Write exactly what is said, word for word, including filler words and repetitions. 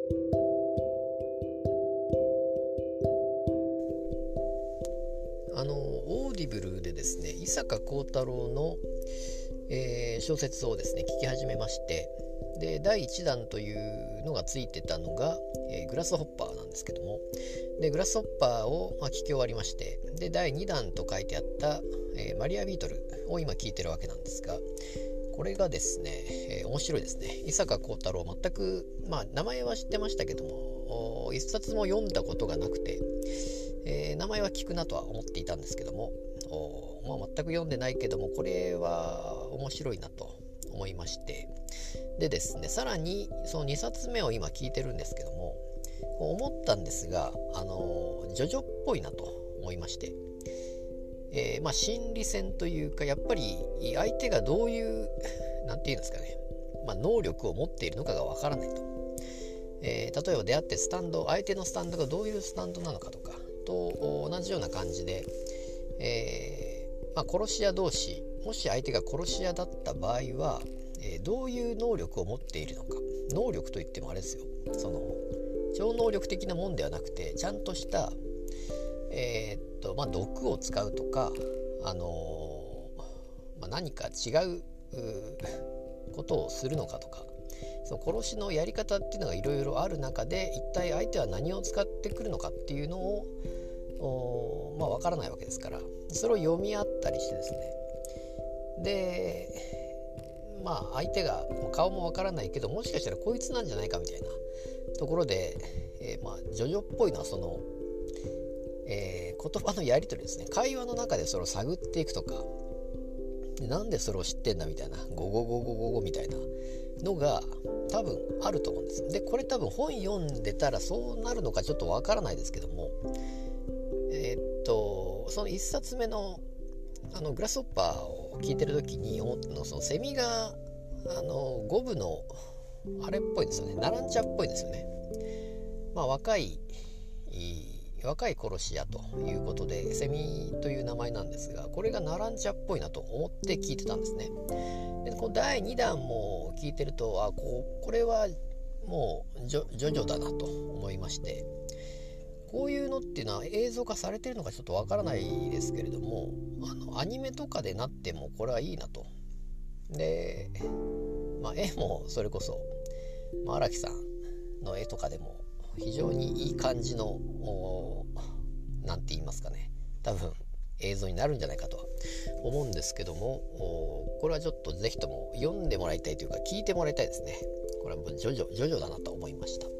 あのオーディブルでですね、伊坂幸太郎の、えー小説をですね聞き始めまして、でだいいちだんというのがついてたのが、えーグラスホッパーなんですけども、でグラスホッパーを、まあ、聞き終わりまして、でだいにだんと書いてあった、えーマリアビートルを今聞いてるわけなんですが、これがですね、えー面白いですね。伊坂幸太郎、全く、まあ、名前は知ってましたけども、一冊も読んだことがなくて、えー名前は聞くなとは思っていたんですけども、まあ、全く読んでないけども、これは面白いなと思いまして、でですね、さらにそのにさつめを今聞いてるんですけども、思ったんですが、あのジョジョっぽいなと思いまして、えーまあ、心理戦というか、やっぱり相手がどういうなんていうんですかね、まあ、能力を持っているのかがわからないと、えー、例えば出会ってスタンド相手のスタンドがどういうスタンドなのかとかと同じような感じで、えーまあ、殺し屋同士、もし相手が殺し屋だった場合は、えー、どういう能力を持っているのか、能力といってもあれですよ、その超能力的なもんではなくて、ちゃんとしたえーっとまあ、毒を使うとか、あのーまあ、何か違うことをするのかとか、その殺しのやり方っていうのがいろいろある中で、一体相手は何を使ってくるのかっていうのを、まあ、分からないわけですから、それを読み合ったりしてですね、でまあ相手が顔も分からないけど、もしかしたらこいつなんじゃないかみたいなところで、えー、まあジョジョっぽいのはそのえー、言葉のやり取りですね。会話の中でそれを探っていくとか、でなんでそれを知ってんだみたいな、ゴゴゴゴゴゴみたいなのが多分あると思うんです。でこれ多分本読んでたらそうなるのかちょっとわからないですけども、えー、っとそのいっさつめのあのグラスホッパーを聞いてる時に思ったのは、そのセミがあの五分のあれっぽいですよね、ナランチャっぽいですよね。まあ若い若い殺し屋ということでセミという名前なんですが、これがナランチャっぽいなと思って聞いてたんですね。でこのだいにだんも聞いてると、あこうこれはもうジョジョジョだなと思いまして、こういうのっていうのは映像化されてるのかちょっとわからないですけれども、あのアニメとかでなってもこれはいいなと。で、まあ、絵もそれこそ荒木さんの絵とかでも非常にいい感じのなんて言いますかね、多分映像になるんじゃないかとは思うんですけども、これはちょっとぜひとも読んでもらいたいというか聞いてもらいたいですね。これはもうジョジョジョジョだなと思いました。